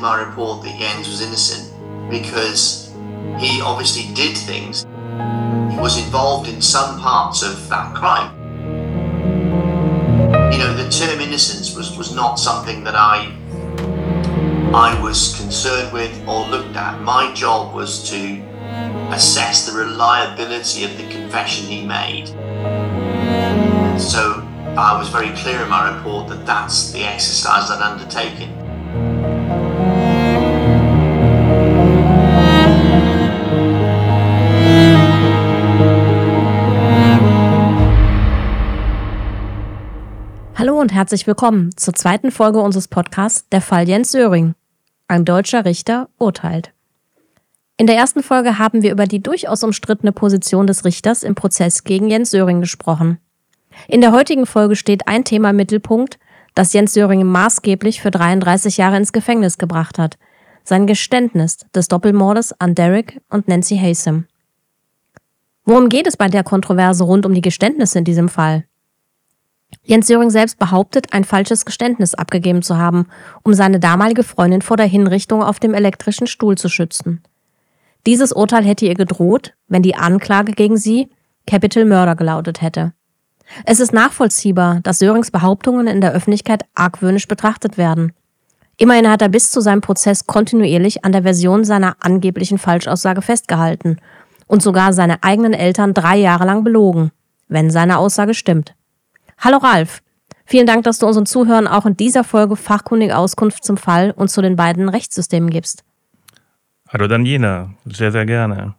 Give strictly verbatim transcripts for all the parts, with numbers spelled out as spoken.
my report that Jens was innocent because he obviously did things. He was involved in some parts of that crime. You know, the term innocence was, was not something that I I was concerned with or looked at. My job was to assess the reliability of the confession he made. So I was very clear in my report that that's the exercise I'd undertaken. Hallo und herzlich willkommen zur zweiten Folge unseres Podcasts Der Fall Jens Söring. Ein deutscher Richter urteilt. In der ersten Folge haben wir über die durchaus umstrittene Position des Richters im Prozess gegen Jens Söring gesprochen. In der heutigen Folge steht ein Thema im Mittelpunkt, das Jens Söring maßgeblich für dreiunddreißig Jahre ins Gefängnis gebracht hat. Sein Geständnis des Doppelmordes an Derek und Nancy Haysom. Worum geht es bei der Kontroverse rund um die Geständnisse in diesem Fall? Jens Söring selbst behauptet, ein falsches Geständnis abgegeben zu haben, um seine damalige Freundin vor der Hinrichtung auf dem elektrischen Stuhl zu schützen. Dieses Urteil hätte ihr gedroht, wenn die Anklage gegen sie Capital Murder gelautet hätte. Es ist nachvollziehbar, dass Sörings Behauptungen in der Öffentlichkeit argwöhnisch betrachtet werden. Immerhin hat er bis zu seinem Prozess kontinuierlich an der Version seiner angeblichen Falschaussage festgehalten und sogar seine eigenen Eltern drei Jahre lang belogen, wenn seine Aussage stimmt. Hallo Ralf, vielen Dank, dass du unseren Zuhörern auch in dieser Folge fachkundige Auskunft zum Fall und zu den beiden Rechtssystemen gibst. Hallo Daniela, sehr, sehr gerne.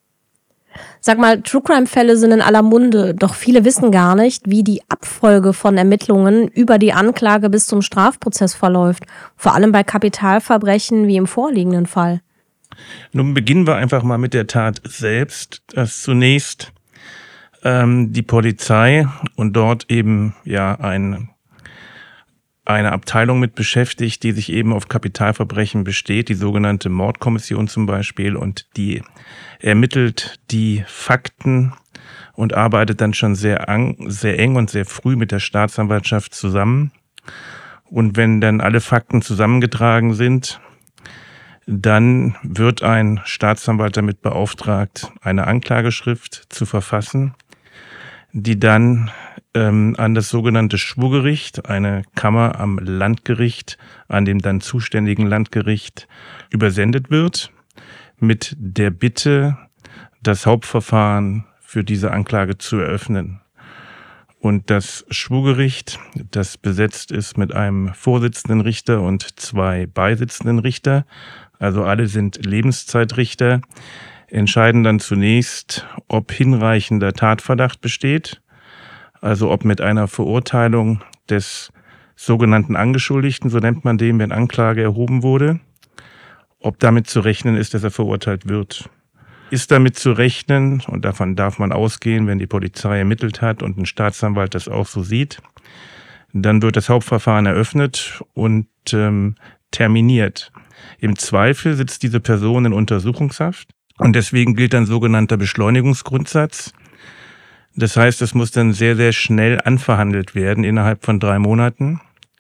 Sag mal, True-Crime-Fälle sind in aller Munde, doch viele wissen gar nicht, wie die Abfolge von Ermittlungen über die Anklage bis zum Strafprozess verläuft, vor allem bei Kapitalverbrechen wie im vorliegenden Fall. Nun beginnen wir einfach mal mit der Tat selbst, dass zunächst ähm, die Polizei und dort eben ja ein eine Abteilung mit beschäftigt, die sich eben auf Kapitalverbrechen besteht, die sogenannte Mordkommission zum Beispiel, und die ermittelt die Fakten und arbeitet dann schon sehr, ang, sehr eng und sehr früh mit der Staatsanwaltschaft zusammen. Und wenn dann alle Fakten zusammengetragen sind, dann wird ein Staatsanwalt damit beauftragt, eine Anklageschrift zu verfassen, die dann ähm, an das sogenannte Schwurgericht, eine Kammer am Landgericht, an dem dann zuständigen Landgericht übersendet wird, mit der Bitte, das Hauptverfahren für diese Anklage zu eröffnen. Und das Schwurgericht, das besetzt ist mit einem Vorsitzenden Richter und zwei beisitzenden Richter, also alle sind Lebenszeitrichter, entscheiden dann zunächst, ob hinreichender Tatverdacht besteht, also ob mit einer Verurteilung des sogenannten Angeschuldigten, so nennt man den, wenn Anklage erhoben wurde, ob damit zu rechnen ist, dass er verurteilt wird. Ist damit zu rechnen, und davon darf man ausgehen, wenn die Polizei ermittelt hat und ein Staatsanwalt das auch so sieht, dann wird das Hauptverfahren eröffnet und ähm, terminiert. Im Zweifel sitzt diese Person in Untersuchungshaft. Und deswegen gilt ein sogenannter Beschleunigungsgrundsatz. Das heißt, es muss dann sehr, sehr schnell anverhandelt werden, innerhalb von drei Monaten.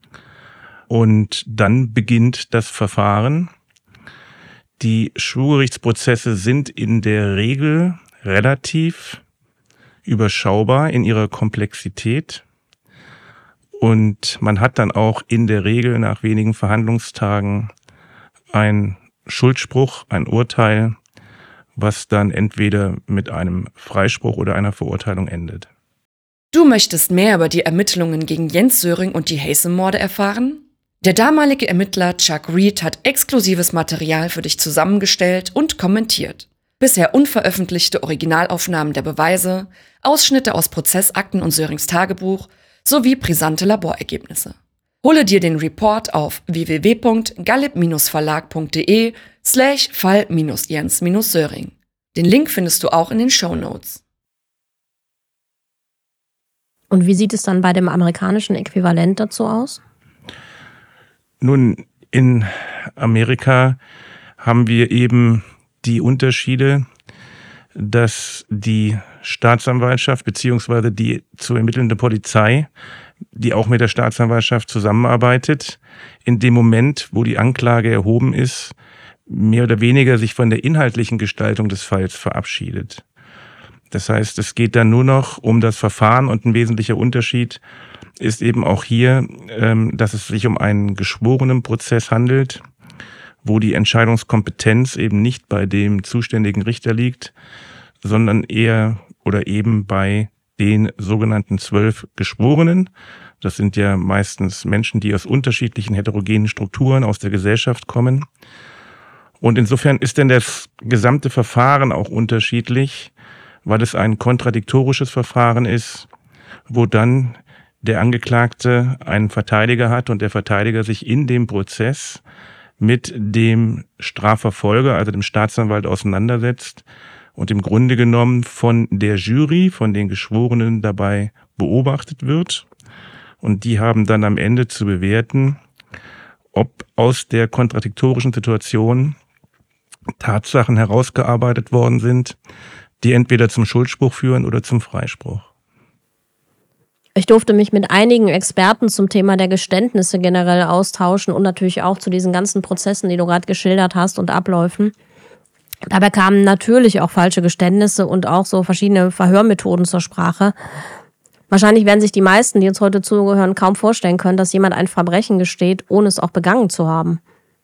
Und dann beginnt das Verfahren. Die Schwurgerichtsprozesse sind in der Regel relativ überschaubar in ihrer Komplexität. Und man hat dann auch in der Regel nach wenigen Verhandlungstagen einen Schuldspruch, ein Urteil, was dann entweder mit einem Freispruch oder einer Verurteilung endet. Du möchtest mehr über die Ermittlungen gegen Jens Söring und die Haysom-Morde erfahren? Der damalige Ermittler Chuck Reed hat exklusives Material für dich zusammengestellt und kommentiert. Bisher unveröffentlichte Originalaufnahmen der Beweise, Ausschnitte aus Prozessakten und Sörings Tagebuch sowie brisante Laborergebnisse. Hole dir den Report auf w w w punkt gallip verlag punkt de slash fall Jens Söring. Den Link findest du auch in den Shownotes. Und wie sieht es dann bei dem amerikanischen Äquivalent dazu aus? Nun, in Amerika haben wir eben die Unterschiede, dass die Staatsanwaltschaft beziehungsweise die zu ermittelnde Polizei, die auch mit der Staatsanwaltschaft zusammenarbeitet, in dem Moment, wo die Anklage erhoben ist, mehr oder weniger sich von der inhaltlichen Gestaltung des Falls verabschiedet. Das heißt, es geht dann nur noch um das Verfahren und ein wesentlicher Unterschied ist eben auch hier, dass es sich um einen geschworenen Prozess handelt, wo die Entscheidungskompetenz eben nicht bei dem zuständigen Richter liegt, sondern eher oder eben bei den sogenannten zwölf Geschworenen. Das sind ja meistens Menschen, die aus unterschiedlichen heterogenen Strukturen aus der Gesellschaft kommen. Und insofern ist denn das gesamte Verfahren auch unterschiedlich, weil es ein kontradiktorisches Verfahren ist, wo dann der Angeklagte einen Verteidiger hat und der Verteidiger sich in dem Prozess mit dem Strafverfolger, also dem Staatsanwalt, auseinandersetzt und im Grunde genommen von der Jury, von den Geschworenen dabei beobachtet wird. Und die haben dann am Ende zu bewerten, ob aus der kontradiktorischen Situation Tatsachen herausgearbeitet worden sind, die entweder zum Schuldspruch führen oder zum Freispruch. Ich durfte mich mit einigen Experten zum Thema der Geständnisse generell austauschen und natürlich auch zu diesen ganzen Prozessen, die du gerade geschildert hast und Abläufen. Dabei kamen natürlich auch falsche Geständnisse und auch so verschiedene Verhörmethoden zur Sprache. Wahrscheinlich werden sich die meisten, die uns heute zugehören, kaum vorstellen können, dass jemand ein Verbrechen gesteht, ohne es auch begangen zu haben.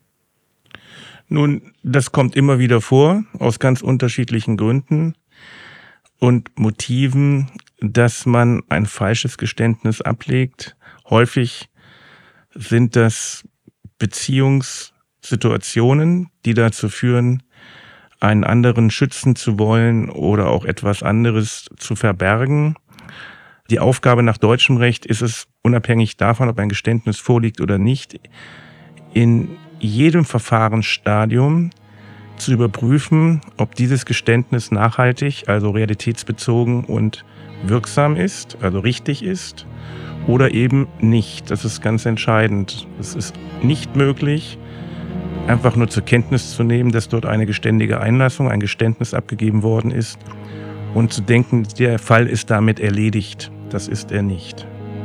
Nun, das kommt immer wieder vor, aus ganz unterschiedlichen Gründen und Motiven, dass man ein falsches Geständnis ablegt. Häufig sind das Beziehungssituationen, die dazu führen, einen anderen schützen zu wollen oder auch etwas anderes zu verbergen. Die Aufgabe nach deutschem Recht ist es, unabhängig davon, ob ein Geständnis vorliegt oder nicht, in jedem Verfahrensstadium zu überprüfen, ob dieses Geständnis nachhaltig, also realitätsbezogen und wirksam ist, also richtig ist, oder eben nicht. Das ist ganz entscheidend. Es ist nicht möglich, einfach nur zur Kenntnis zu nehmen, dass dort eine geständige Einlassung, ein Geständnis abgegeben worden ist und zu denken, der Fall ist damit erledigt. Das ist er nicht.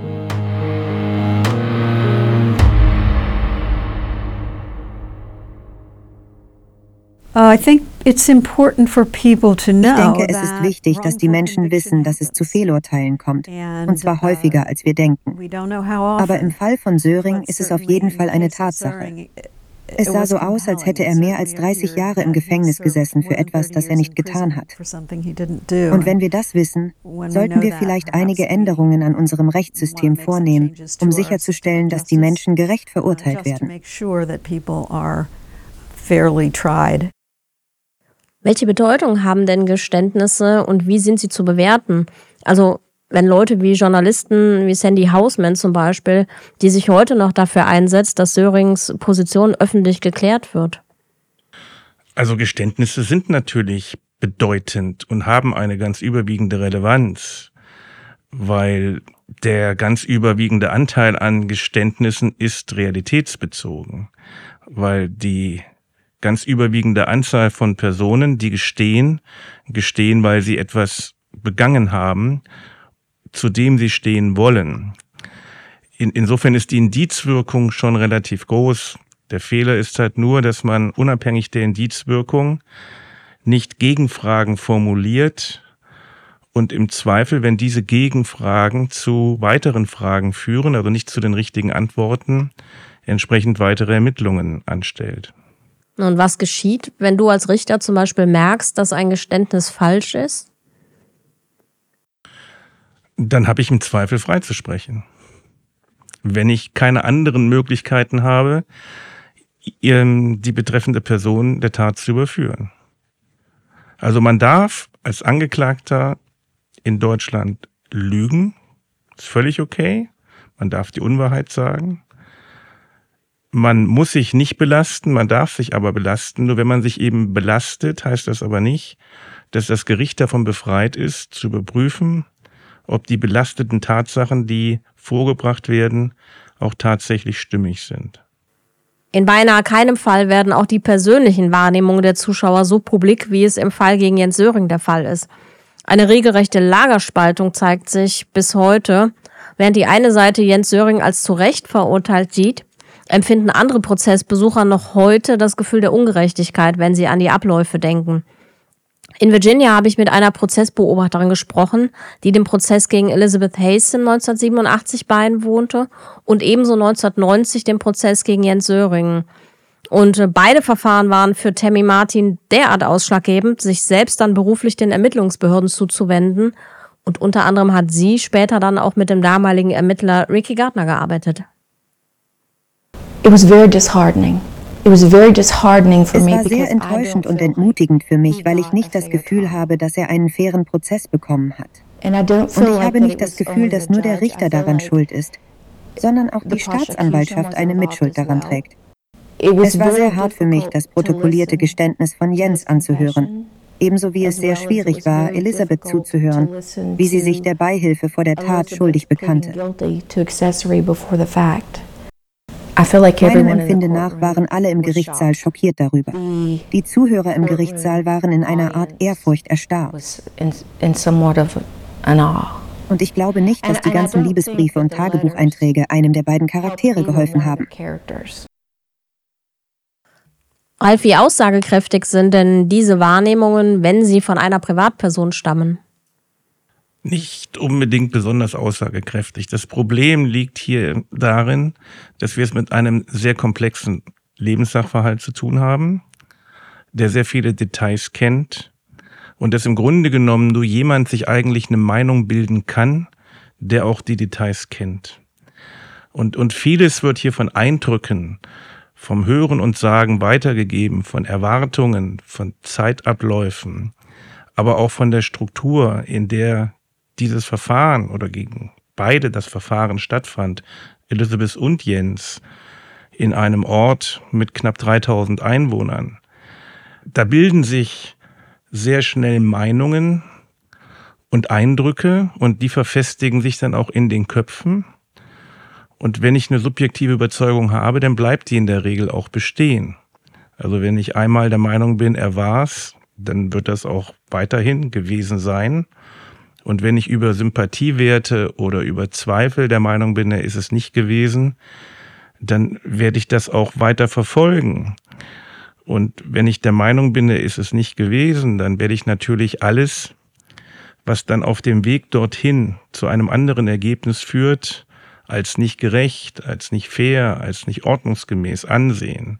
Ich denke, es ist wichtig, dass die Menschen wissen, dass es zu Fehlurteilen kommt, und zwar häufiger, als wir denken. Aber im Fall von Söring ist es auf jeden Fall eine Tatsache. Es sah so aus, als hätte er mehr als dreißig Jahre im Gefängnis gesessen für etwas, das er nicht getan hat. Und wenn wir das wissen, sollten wir vielleicht einige Änderungen an unserem Rechtssystem vornehmen, um sicherzustellen, dass die Menschen gerecht verurteilt werden. Welche Bedeutung haben denn Geständnisse und wie sind sie zu bewerten? Also wenn Leute wie Journalisten, wie Sandy Hausman zum Beispiel, die sich heute noch dafür einsetzt, dass Sörings Position öffentlich geklärt wird. Also Geständnisse sind natürlich bedeutend und haben eine ganz überwiegende Relevanz, weil der ganz überwiegende Anteil an Geständnissen ist realitätsbezogen, weil die ganz überwiegende Anzahl von Personen, die gestehen, gestehen, weil sie etwas begangen haben, zu dem sie stehen wollen. In, insofern ist die Indizwirkung schon relativ groß. Der Fehler ist halt nur, dass man unabhängig der Indizwirkung nicht Gegenfragen formuliert und im Zweifel, wenn diese Gegenfragen zu weiteren Fragen führen, also nicht zu den richtigen Antworten, entsprechend weitere Ermittlungen anstellt. Und was geschieht, wenn du als Richter zum Beispiel merkst, dass ein Geständnis falsch ist? Dann habe ich im Zweifel freizusprechen. Wenn ich keine anderen Möglichkeiten habe, die betreffende Person der Tat zu überführen. Also man darf als Angeklagter in Deutschland lügen, ist völlig okay. Man darf die Unwahrheit sagen. Man muss sich nicht belasten, man darf sich aber belasten. Nur wenn man sich eben belastet, heißt das aber nicht, dass das Gericht davon befreit ist, zu überprüfen, ob die belasteten Tatsachen, die vorgebracht werden, auch tatsächlich stimmig sind. In beinahe keinem Fall werden auch die persönlichen Wahrnehmungen der Zuschauer so publik, wie es im Fall gegen Jens Söring der Fall ist. Eine regelrechte Lagerspaltung zeigt sich bis heute. Während die eine Seite Jens Söring als zu Recht verurteilt sieht, empfinden andere Prozessbesucher noch heute das Gefühl der Ungerechtigkeit, wenn sie an die Abläufe denken. In Virginia habe ich mit einer Prozessbeobachterin gesprochen, die dem Prozess gegen Elizabeth Hazen neunzehnhundertsiebenundachtzig beiwohnte und ebenso neunzehnhundertneunzig dem Prozess gegen Jens Söring. Und beide Verfahren waren für Tammy Martin derart ausschlaggebend, sich selbst dann beruflich den Ermittlungsbehörden zuzuwenden. Und unter anderem hat sie später dann auch mit dem damaligen Ermittler Ricky Gardner gearbeitet. It was very disheartening. It was very disheartening for Es me war sehr because I enttäuschend don't und feel entmutigend für he mich, weil ich got nicht a das fair Gefühl trial. habe, dass er einen fairen Prozess bekommen hat. And I don't Und feel ich like habe that nicht it das was Gefühl, only dass the nur der judge. I Richter feel daran like schuld ist, sondern auch the die prosecution Staatsanwaltschaft was eine involved Mitschuld as daran well. trägt. It was Es war very sehr hart für mich, difficult das to protokollierte listen Geständnis von to Jens his anzuhören, confession, ebenso wie es as sehr well as it schwierig was war, very Elisabeth difficult zuzuhören, to listen wie sie to sich der Beihilfe vor der Tat schuldig Elizabeth pleading bekannte. guilty to accessory before the fact. I feel like Meinem everyone in the Empfinden nach courtroom waren alle im was Gerichtssaal shocked. schockiert darüber. The Die Zuhörer im courtroom Gerichtssaal waren in einer Art audience Ehrfurcht erstarrt. was in, in somewhat of an awe. Und ich glaube nicht, dass And- die and I ganzen don't think Liebesbriefe und that the letters Tagebucheinträge einem der beiden helped Charaktere either geholfen one of haben. the characters. Ralf, wie aussagekräftig sind denn diese Wahrnehmungen, wenn sie von einer Privatperson stammen? Nicht unbedingt besonders aussagekräftig. Das Problem liegt hier darin, dass wir es mit einem sehr komplexen Lebenssachverhalt zu tun haben, der sehr viele Details kennt und dass im Grunde genommen nur jemand sich eigentlich eine Meinung bilden kann, der auch die Details kennt. Und, und vieles wird hier von Eindrücken, vom Hören und Sagen weitergegeben, von Erwartungen, von Zeitabläufen, aber auch von der Struktur, in der dieses Verfahren oder gegen beide das Verfahren stattfand, Elizabeth und Jens, in einem Ort mit knapp dreitausend Einwohnern. Da bilden sich sehr schnell Meinungen und Eindrücke und die verfestigen sich dann auch in den Köpfen. Und wenn ich eine subjektive Überzeugung habe, dann bleibt die in der Regel auch bestehen. Also wenn ich einmal der Meinung bin, er war's, dann wird das auch weiterhin gewesen sein. Und wenn ich über Sympathiewerte oder über Zweifel der Meinung bin, er ist es nicht gewesen, dann werde ich das auch weiter verfolgen. Und wenn ich der Meinung bin, er ist es nicht gewesen, dann werde ich natürlich alles, was dann auf dem Weg dorthin zu einem anderen Ergebnis führt, als nicht gerecht, als nicht fair, als nicht ordnungsgemäß ansehen.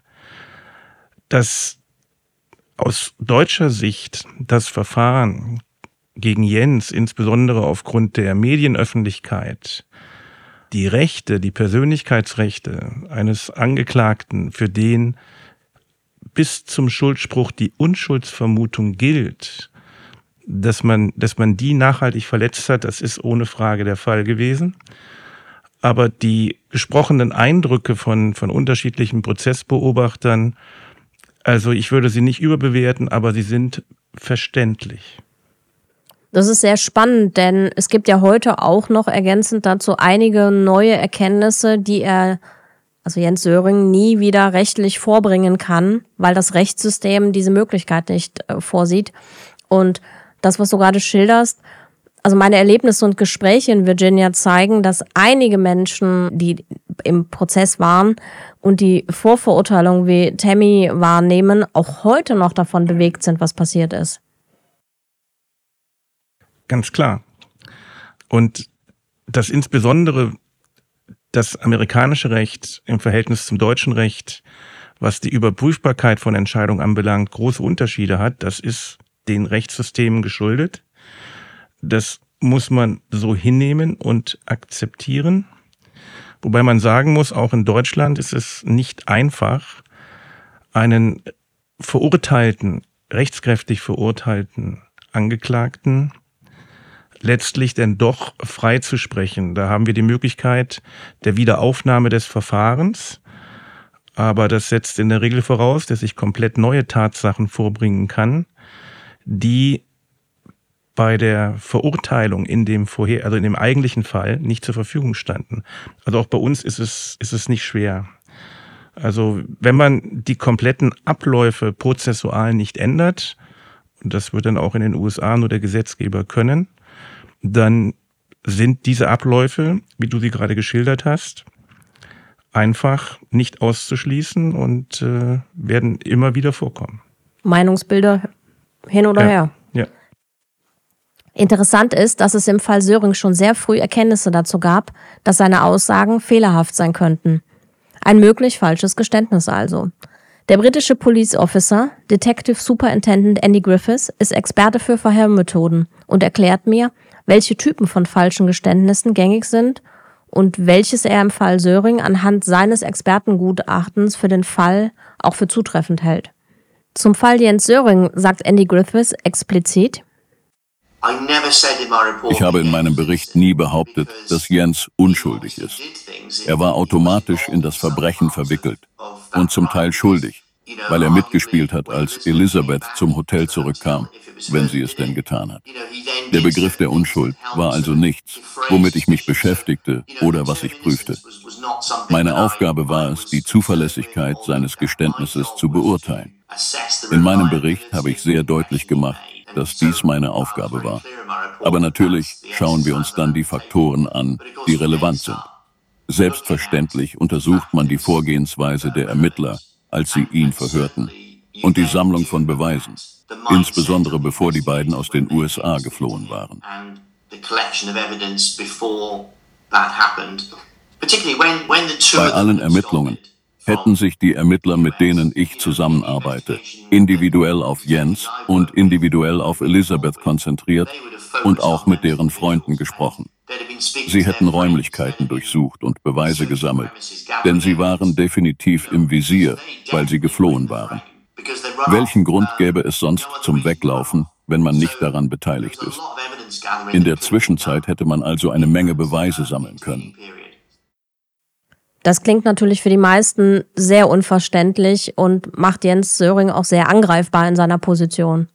Dass aus deutscher Sicht das Verfahren gegen Jens, insbesondere aufgrund der Medienöffentlichkeit, die Rechte, die Persönlichkeitsrechte eines Angeklagten, für den bis zum Schuldspruch die Unschuldsvermutung gilt, dass man, dass man die nachhaltig verletzt hat, das ist ohne Frage der Fall gewesen. Aber die gesprochenen Eindrücke von, von unterschiedlichen Prozessbeobachtern, also ich würde sie nicht überbewerten, aber sie sind verständlich. Das ist sehr spannend, denn es gibt ja heute auch noch ergänzend dazu einige neue Erkenntnisse, die er, also Jens Söring, nie wieder rechtlich vorbringen kann, weil das Rechtssystem diese Möglichkeit nicht äh, vorsieht. Und das, was du gerade schilderst, also meine Erlebnisse und Gespräche in Virginia zeigen, dass einige Menschen, die im Prozess waren und die Vorverurteilung wie Tammy wahrnehmen, auch heute noch davon bewegt sind, was passiert ist. Ganz klar. Und dass insbesondere das amerikanische Recht im Verhältnis zum deutschen Recht, was die Überprüfbarkeit von Entscheidungen anbelangt, große Unterschiede hat, das ist den Rechtssystemen geschuldet. Das muss man so hinnehmen und akzeptieren. Wobei man sagen muss, auch in Deutschland ist es nicht einfach, einen verurteilten, rechtskräftig verurteilten Angeklagten letztlich denn doch freizusprechen. Da haben wir die Möglichkeit der Wiederaufnahme des Verfahrens, aber das setzt in der Regel voraus, dass ich komplett neue Tatsachen vorbringen kann, die bei der Verurteilung in dem vorher, also in dem eigentlichen Fall nicht zur Verfügung standen. Also auch bei uns ist es, ist es nicht schwer. Also wenn man die kompletten Abläufe prozessual nicht ändert, und das wird dann auch in den U S A nur der Gesetzgeber können, dann sind diese Abläufe, wie du sie gerade geschildert hast, einfach nicht auszuschließen und äh, werden immer wieder vorkommen. Meinungsbilder hin oder ja. her. Ja. Interessant ist, dass es im Fall Söring schon sehr früh Erkenntnisse dazu gab, dass seine Aussagen fehlerhaft sein könnten. Ein möglich falsches Geständnis also. Der britische Police Officer, Detective Superintendent Andy Griffiths, ist Experte für Verhörmethoden und erklärt mir, welche Typen von falschen Geständnissen gängig sind und welches er im Fall Söring anhand seines Expertengutachtens für den Fall auch für zutreffend hält. Zum Fall Jens Söring sagt Andy Griffiths explizit: Ich habe in meinem Bericht nie behauptet, dass Jens unschuldig ist. Er war automatisch in das Verbrechen verwickelt und zum Teil schuldig, weil er mitgespielt hat, als Elizabeth zum Hotel zurückkam, wenn sie es denn getan hat. Der Begriff der Unschuld war also nichts, womit ich mich beschäftigte oder was ich prüfte. Meine Aufgabe war es, die Zuverlässigkeit seines Geständnisses zu beurteilen. In meinem Bericht habe ich sehr deutlich gemacht, dass dies meine Aufgabe war. Aber natürlich schauen wir uns dann die Faktoren an, die relevant sind. Selbstverständlich untersucht man die Vorgehensweise der Ermittler, als sie ihn verhörten, und die Sammlung von Beweisen, insbesondere bevor die beiden aus den U S A geflohen waren. Bei allen Ermittlungen hätten sich die Ermittler, mit denen ich zusammenarbeite, individuell auf Jens und individuell auf Elizabeth konzentriert und auch mit deren Freunden gesprochen. Sie hätten Räumlichkeiten durchsucht und Beweise gesammelt, denn sie waren definitiv im Visier, weil sie geflohen waren. Welchen Grund gäbe es sonst zum Weglaufen, wenn man nicht daran beteiligt ist? In der Zwischenzeit hätte man also eine Menge Beweise sammeln können. Das klingt natürlich für die meisten sehr unverständlich und macht Jens Söring auch sehr angreifbar in seiner Position.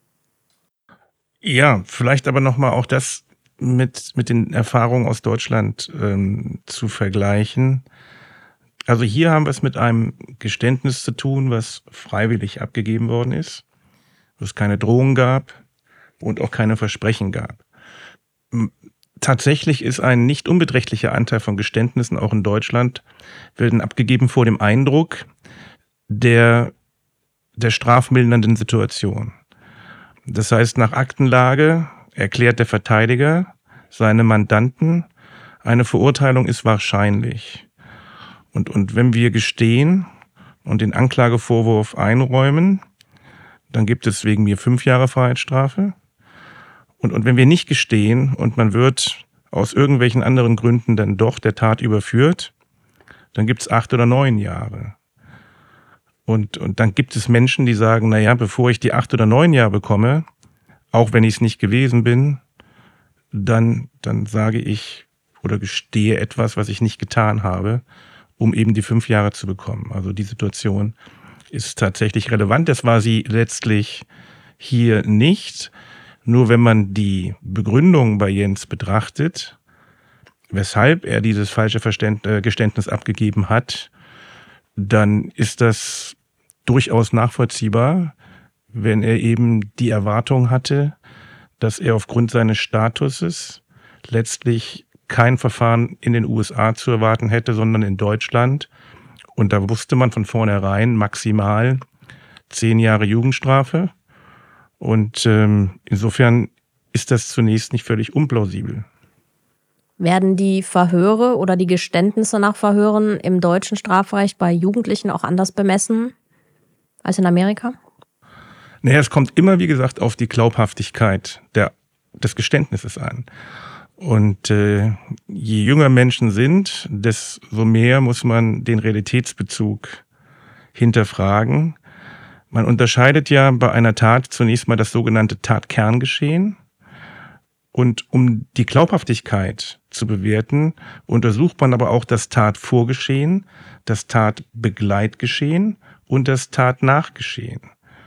Ja, vielleicht aber nochmal auch das mit, mit den Erfahrungen aus Deutschland ähm, zu vergleichen. Also hier haben wir es mit einem Geständnis zu tun, was freiwillig abgegeben worden ist, wo es keine Drohung gab und auch keine Versprechen gab. Tatsächlich ist ein nicht unbeträchtlicher Anteil von Geständnissen auch in Deutschland werden abgegeben vor dem Eindruck der, der strafmildernden Situation. Das heißt, nach Aktenlage erklärt der Verteidiger seinem Mandanten, eine Verurteilung ist wahrscheinlich. Und, und wenn wir gestehen und den Anklagevorwurf einräumen, dann gibt es wegen mir fünf Jahre Freiheitsstrafe. Und, und wenn wir nicht gestehen und man wird aus irgendwelchen anderen Gründen dann doch der Tat überführt, dann gibt es acht oder neun Jahre. Und, und dann gibt es Menschen, die sagen, naja, bevor ich die acht oder neun Jahre bekomme, auch wenn ich es nicht gewesen bin, dann, dann sage ich oder gestehe etwas, was ich nicht getan habe, um eben die fünf Jahre zu bekommen. Also die Situation ist tatsächlich relevant. Das war sie letztlich hier nicht. Nur wenn man die Begründung bei Jens betrachtet, weshalb er dieses falsche Verständ- äh, Geständnis abgegeben hat, dann ist das durchaus nachvollziehbar, wenn er eben die Erwartung hatte, dass er aufgrund seines Statuses letztlich kein Verfahren in den U S A zu erwarten hätte, sondern in Deutschland. Und da wusste man von vornherein maximal zehn Jahre Jugendstrafe. Und ähm, insofern ist das zunächst nicht völlig unplausibel. Werden die Verhöre oder die Geständnisse nach Verhören im deutschen Strafrecht bei Jugendlichen auch anders bemessen als in Amerika? Naja, es kommt immer, wie gesagt, auf die Glaubhaftigkeit der, des Geständnisses an. Und äh, je jünger Menschen sind, desto mehr muss man den Realitätsbezug hinterfragen. Man unterscheidet ja bei einer Tat zunächst mal das sogenannte Tatkerngeschehen. Und um die Glaubhaftigkeit zu bewerten, untersucht man aber auch das Tatvorgeschehen, das Tatbegleitgeschehen und das Tatnachgeschehen.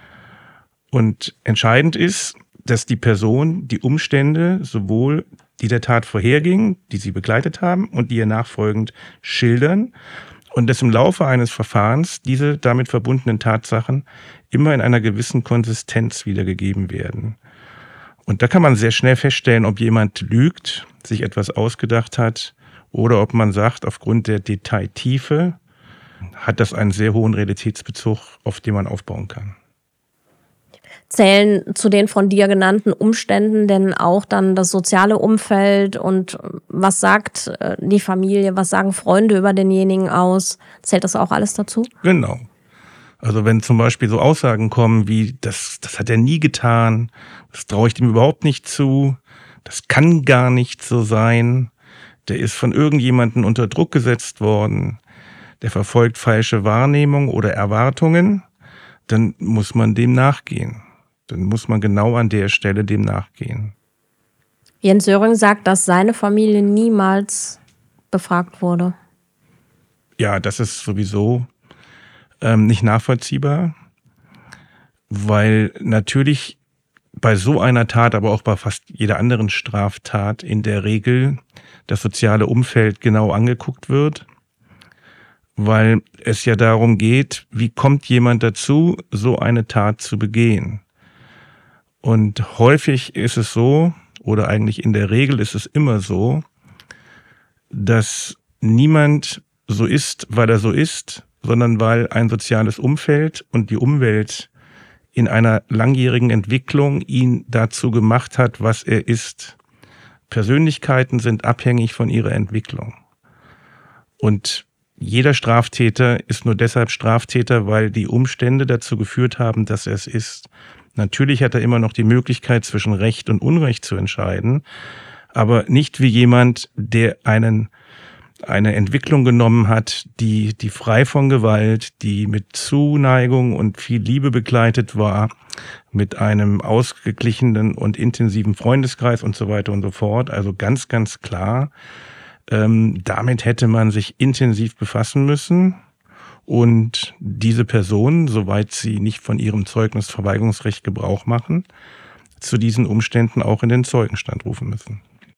Und entscheidend ist, dass die Person die Umstände, sowohl die der Tat vorhergingen, die sie begleitet haben und die ihr nachfolgend schildern. Und dass im Laufe eines Verfahrens diese damit verbundenen Tatsachen immer in einer gewissen Konsistenz wiedergegeben werden. Und da kann man sehr schnell feststellen, ob jemand lügt, sich etwas ausgedacht hat oder ob man sagt, aufgrund der Detailtiefe hat das einen sehr hohen Realitätsbezug, auf den man aufbauen kann. Zählen zu den von dir genannten Umständen denn auch dann das soziale Umfeld und was sagt die Familie, was sagen Freunde über denjenigen aus? Zählt das auch alles dazu? Genau. Also wenn zum Beispiel so Aussagen kommen wie, das, das hat er nie getan, das traue ich dem überhaupt nicht zu, das kann gar nicht so sein, der ist von irgendjemandem unter Druck gesetzt worden, der verfolgt falsche Wahrnehmung oder Erwartungen, dann muss man dem nachgehen. Dann muss man genau an der Stelle dem nachgehen. Jens Söring sagt, dass seine Familie niemals befragt wurde. Ja, das ist sowieso ähm, nicht nachvollziehbar, weil natürlich bei so einer Tat, aber auch bei fast jeder anderen Straftat in der Regel das soziale Umfeld genau angeguckt wird, weil es ja darum geht, wie kommt jemand dazu, so eine Tat zu begehen. Und häufig ist es so, oder eigentlich in der Regel ist es immer so, dass niemand so ist, weil er so ist, sondern weil ein soziales Umfeld und die Umwelt in einer langjährigen Entwicklung ihn dazu gemacht hat, was er ist. Persönlichkeiten sind abhängig von ihrer Entwicklung. Und jeder Straftäter ist nur deshalb Straftäter, weil die Umstände dazu geführt haben, dass er es ist. Natürlich hat er immer noch die Möglichkeit, zwischen Recht und Unrecht zu entscheiden, aber nicht wie jemand, der einen, eine Entwicklung genommen hat, die, die frei von Gewalt, die mit Zuneigung und viel Liebe begleitet war, mit einem ausgeglichenen und intensiven Freundeskreis und so weiter und so fort. Also ganz, ganz klar, ähm, damit hätte man sich intensiv befassen müssen. Und diese Personen, soweit sie nicht von ihrem Zeugnisverweigerungsrecht Gebrauch machen, zu diesen Umständen auch in den Zeugenstand rufen müssen.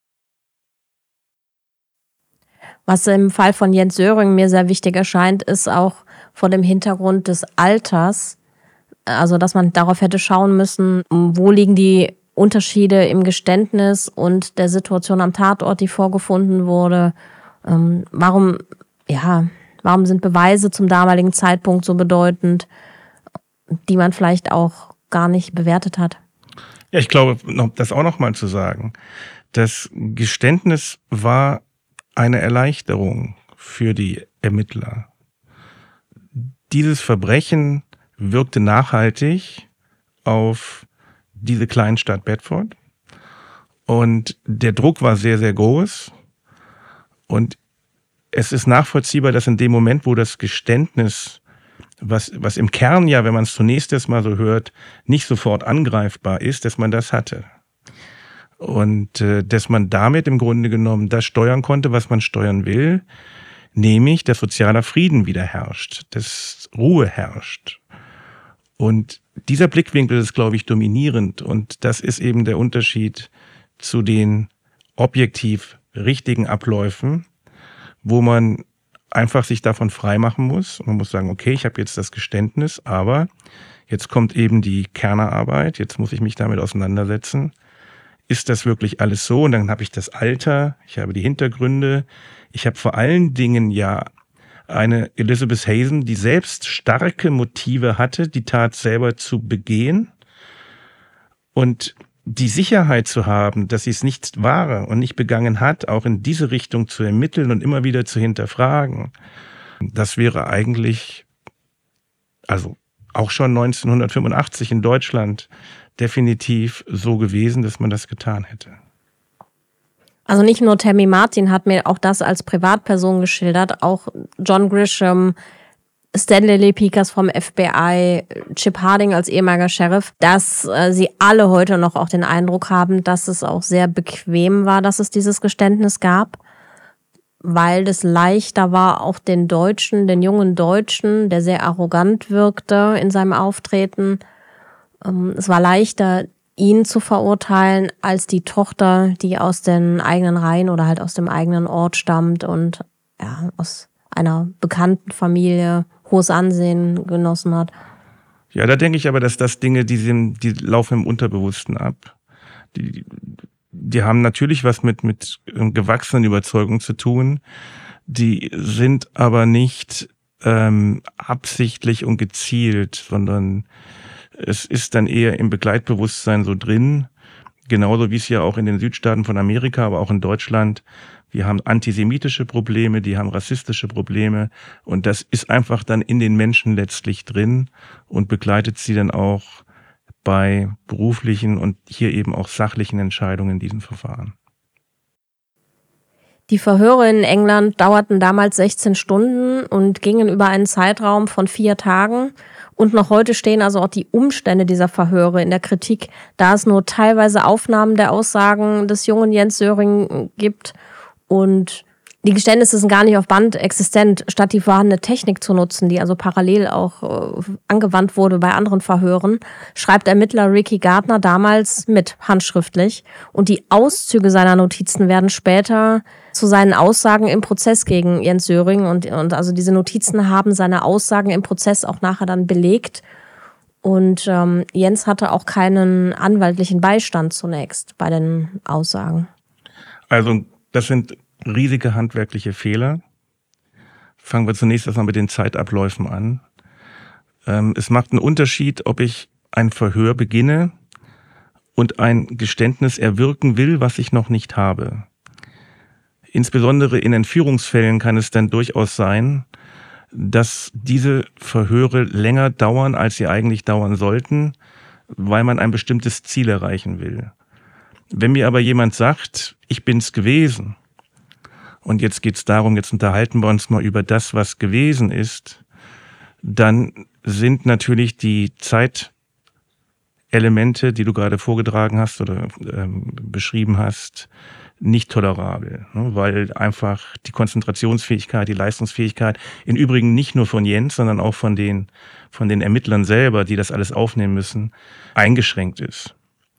Was im Fall von Jens Söring mir sehr wichtig erscheint, ist auch vor dem Hintergrund des Alters, also dass man darauf hätte schauen müssen, wo liegen die Unterschiede im Geständnis und der Situation am Tatort, die vorgefunden wurde. Ähm, warum, ja... Warum sind Beweise zum damaligen Zeitpunkt so bedeutend, die man vielleicht auch gar nicht bewertet hat? Ja, ich glaube, das auch noch mal zu sagen. Das Geständnis war eine Erleichterung für die Ermittler. Dieses Verbrechen wirkte nachhaltig auf diese Kleinstadt Bedford. Und der Druck war sehr, sehr groß. Und es ist nachvollziehbar, dass in dem Moment, wo das Geständnis, was, was im Kern ja, wenn man es zunächst erstmal so hört, nicht sofort angreifbar ist, dass man das hatte. Und äh, dass man damit im Grunde genommen das steuern konnte, was man steuern will, nämlich, dass sozialer Frieden wieder herrscht, dass Ruhe herrscht. Und dieser Blickwinkel ist, glaube ich, dominierend. Und das ist eben der Unterschied zu den objektiv richtigen Abläufen, wo man einfach sich davon freimachen muss. Man muss sagen, okay, ich habe jetzt das Geständnis, aber jetzt kommt eben die Kernerarbeit, jetzt muss ich mich damit auseinandersetzen. Ist das wirklich alles so? Und dann habe ich das Alter, ich habe die Hintergründe, ich habe vor allen Dingen ja eine Elizabeth Hazen, die selbst starke Motive hatte, die Tat selber zu begehen und die Sicherheit zu haben, dass sie es nicht war und nicht begangen hat, auch in diese Richtung zu ermitteln und immer wieder zu hinterfragen. Das wäre eigentlich, also auch schon neunzehnhundertfünfundachtzig in Deutschland definitiv so gewesen, dass man das getan hätte. Also nicht nur Tammy Martin hat mir auch das als Privatperson geschildert, auch John Grisham, Stanley Lee Pickers vom F B I, Chip Harding als ehemaliger Sheriff, dass äh, sie alle heute noch auch den Eindruck haben, dass es auch sehr bequem war, dass es dieses Geständnis gab, weil es leichter war, auch den Deutschen, den jungen Deutschen, der sehr arrogant wirkte in seinem Auftreten, ähm, es war leichter, ihn zu verurteilen, als die Tochter, die aus den eigenen Reihen oder halt aus dem eigenen Ort stammt und ja, aus einer bekannten Familie hohes Ansehen genossen hat. Ja, da denke ich aber, dass das Dinge, die, sind, die laufen im Unterbewussten ab. Die, die haben natürlich was mit, mit gewachsenen Überzeugungen zu tun. Die sind aber nicht ähm, absichtlich und gezielt, sondern es ist dann eher im Begleitbewusstsein so drin. Genauso wie es ja auch in den Südstaaten von Amerika, aber auch in Deutschland. Wir haben antisemitische Probleme, die haben rassistische Probleme. Und das ist einfach dann in den Menschen letztlich drin und begleitet sie dann auch bei beruflichen und hier eben auch sachlichen Entscheidungen in diesem Verfahren. Die Verhöre in England dauerten damals sechzehn Stunden und gingen über einen Zeitraum von vier Tagen. Und noch heute stehen also auch die Umstände dieser Verhöre in der Kritik, da es nur teilweise Aufnahmen der Aussagen des jungen Jens Söring gibt und die Geständnisse sind gar nicht auf Band existent, statt die vorhandene Technik zu nutzen, die also parallel auch äh, angewandt wurde bei anderen Verhören, schreibt Ermittler Ricky Gardner damals mit, handschriftlich. Und die Auszüge seiner Notizen werden später zu seinen Aussagen im Prozess gegen Jens Söring. Und, und also diese Notizen haben seine Aussagen im Prozess auch nachher dann belegt. Und ähm, Jens hatte auch keinen anwaltlichen Beistand zunächst bei den Aussagen. Also das sind riesige handwerkliche Fehler. Fangen wir zunächst erstmal mit den Zeitabläufen an. Ähm, es macht einen Unterschied, ob ich ein Verhör beginne und ein Geständnis erwirken will, was ich noch nicht habe. Insbesondere in Entführungsfällen kann es dann durchaus sein, dass diese Verhöre länger dauern, als sie eigentlich dauern sollten, weil man ein bestimmtes Ziel erreichen will. Wenn mir aber jemand sagt, ich bin's gewesen, und jetzt geht's darum, jetzt unterhalten wir uns mal über das, was gewesen ist, dann sind natürlich die Zeitelemente, die du gerade vorgetragen hast oder ähm, beschrieben hast, nicht tolerabel, ne? Weil einfach die Konzentrationsfähigkeit, die Leistungsfähigkeit, im Übrigen nicht nur von Jens, sondern auch von den, von den Ermittlern selber, die das alles aufnehmen müssen, eingeschränkt ist.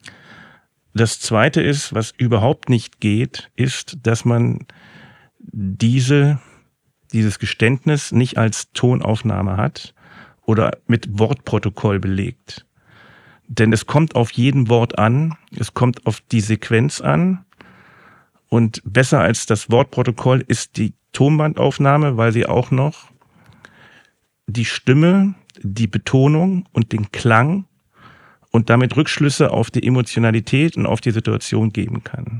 Das Zweite ist, was überhaupt nicht geht, ist, dass man diese, dieses Geständnis nicht als Tonaufnahme hat oder mit Wortprotokoll belegt. Denn es kommt auf jeden Wort an, es kommt auf die Sequenz an und besser als das Wortprotokoll ist die Tonbandaufnahme, weil sie auch noch die Stimme, die Betonung und den Klang und damit Rückschlüsse auf die Emotionalität und auf die Situation geben kann.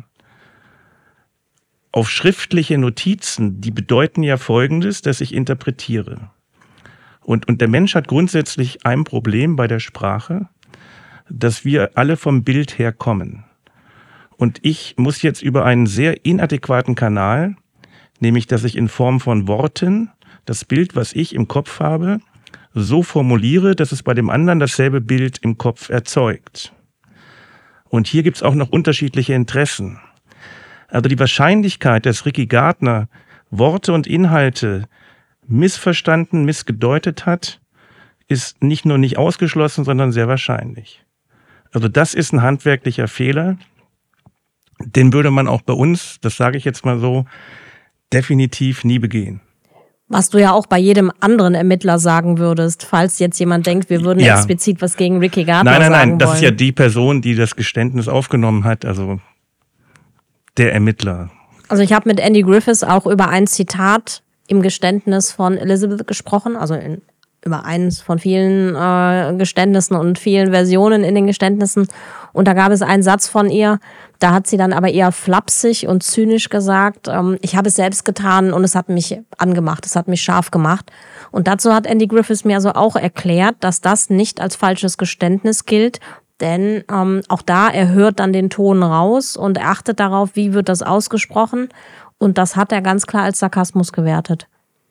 Auf schriftliche Notizen, die bedeuten ja Folgendes, dass ich interpretiere. Und, und der Mensch hat grundsätzlich ein Problem bei der Sprache, dass wir alle vom Bild her kommen. Und ich muss jetzt über einen sehr inadäquaten Kanal, nämlich dass ich in Form von Worten das Bild, was ich im Kopf habe, so formuliere, dass es bei dem anderen dasselbe Bild im Kopf erzeugt. Und hier gibt es auch noch unterschiedliche Interessen. Also die Wahrscheinlichkeit, dass Ricky Gardner Worte und Inhalte missverstanden, missgedeutet hat, ist nicht nur nicht ausgeschlossen, sondern sehr wahrscheinlich. Also das ist ein handwerklicher Fehler. Den würde man auch bei uns, das sage ich jetzt mal so, definitiv nie begehen. Was du ja auch bei jedem anderen Ermittler sagen würdest, falls jetzt jemand denkt, wir würden ja explizit was gegen Ricky Gardner sagen wollen. Nein, nein, nein, das ist ja die Person, die das Geständnis aufgenommen hat, also der Ermittler. Also ich habe mit Andy Griffiths auch über ein Zitat im Geständnis von Elizabeth gesprochen, also in, über eins von vielen äh, Geständnissen und vielen Versionen in den Geständnissen. Und da gab es einen Satz von ihr, da hat sie dann aber eher flapsig und zynisch gesagt, ähm, ich habe es selbst getan und es hat mich angemacht, es hat mich scharf gemacht. Und dazu hat Andy Griffiths mir also auch erklärt, dass das nicht als falsches Geständnis gilt, denn ähm, auch da, er hört dann den Ton raus und er achtet darauf, wie wird das ausgesprochen. Und das hat er ganz klar als Sarkasmus gewertet.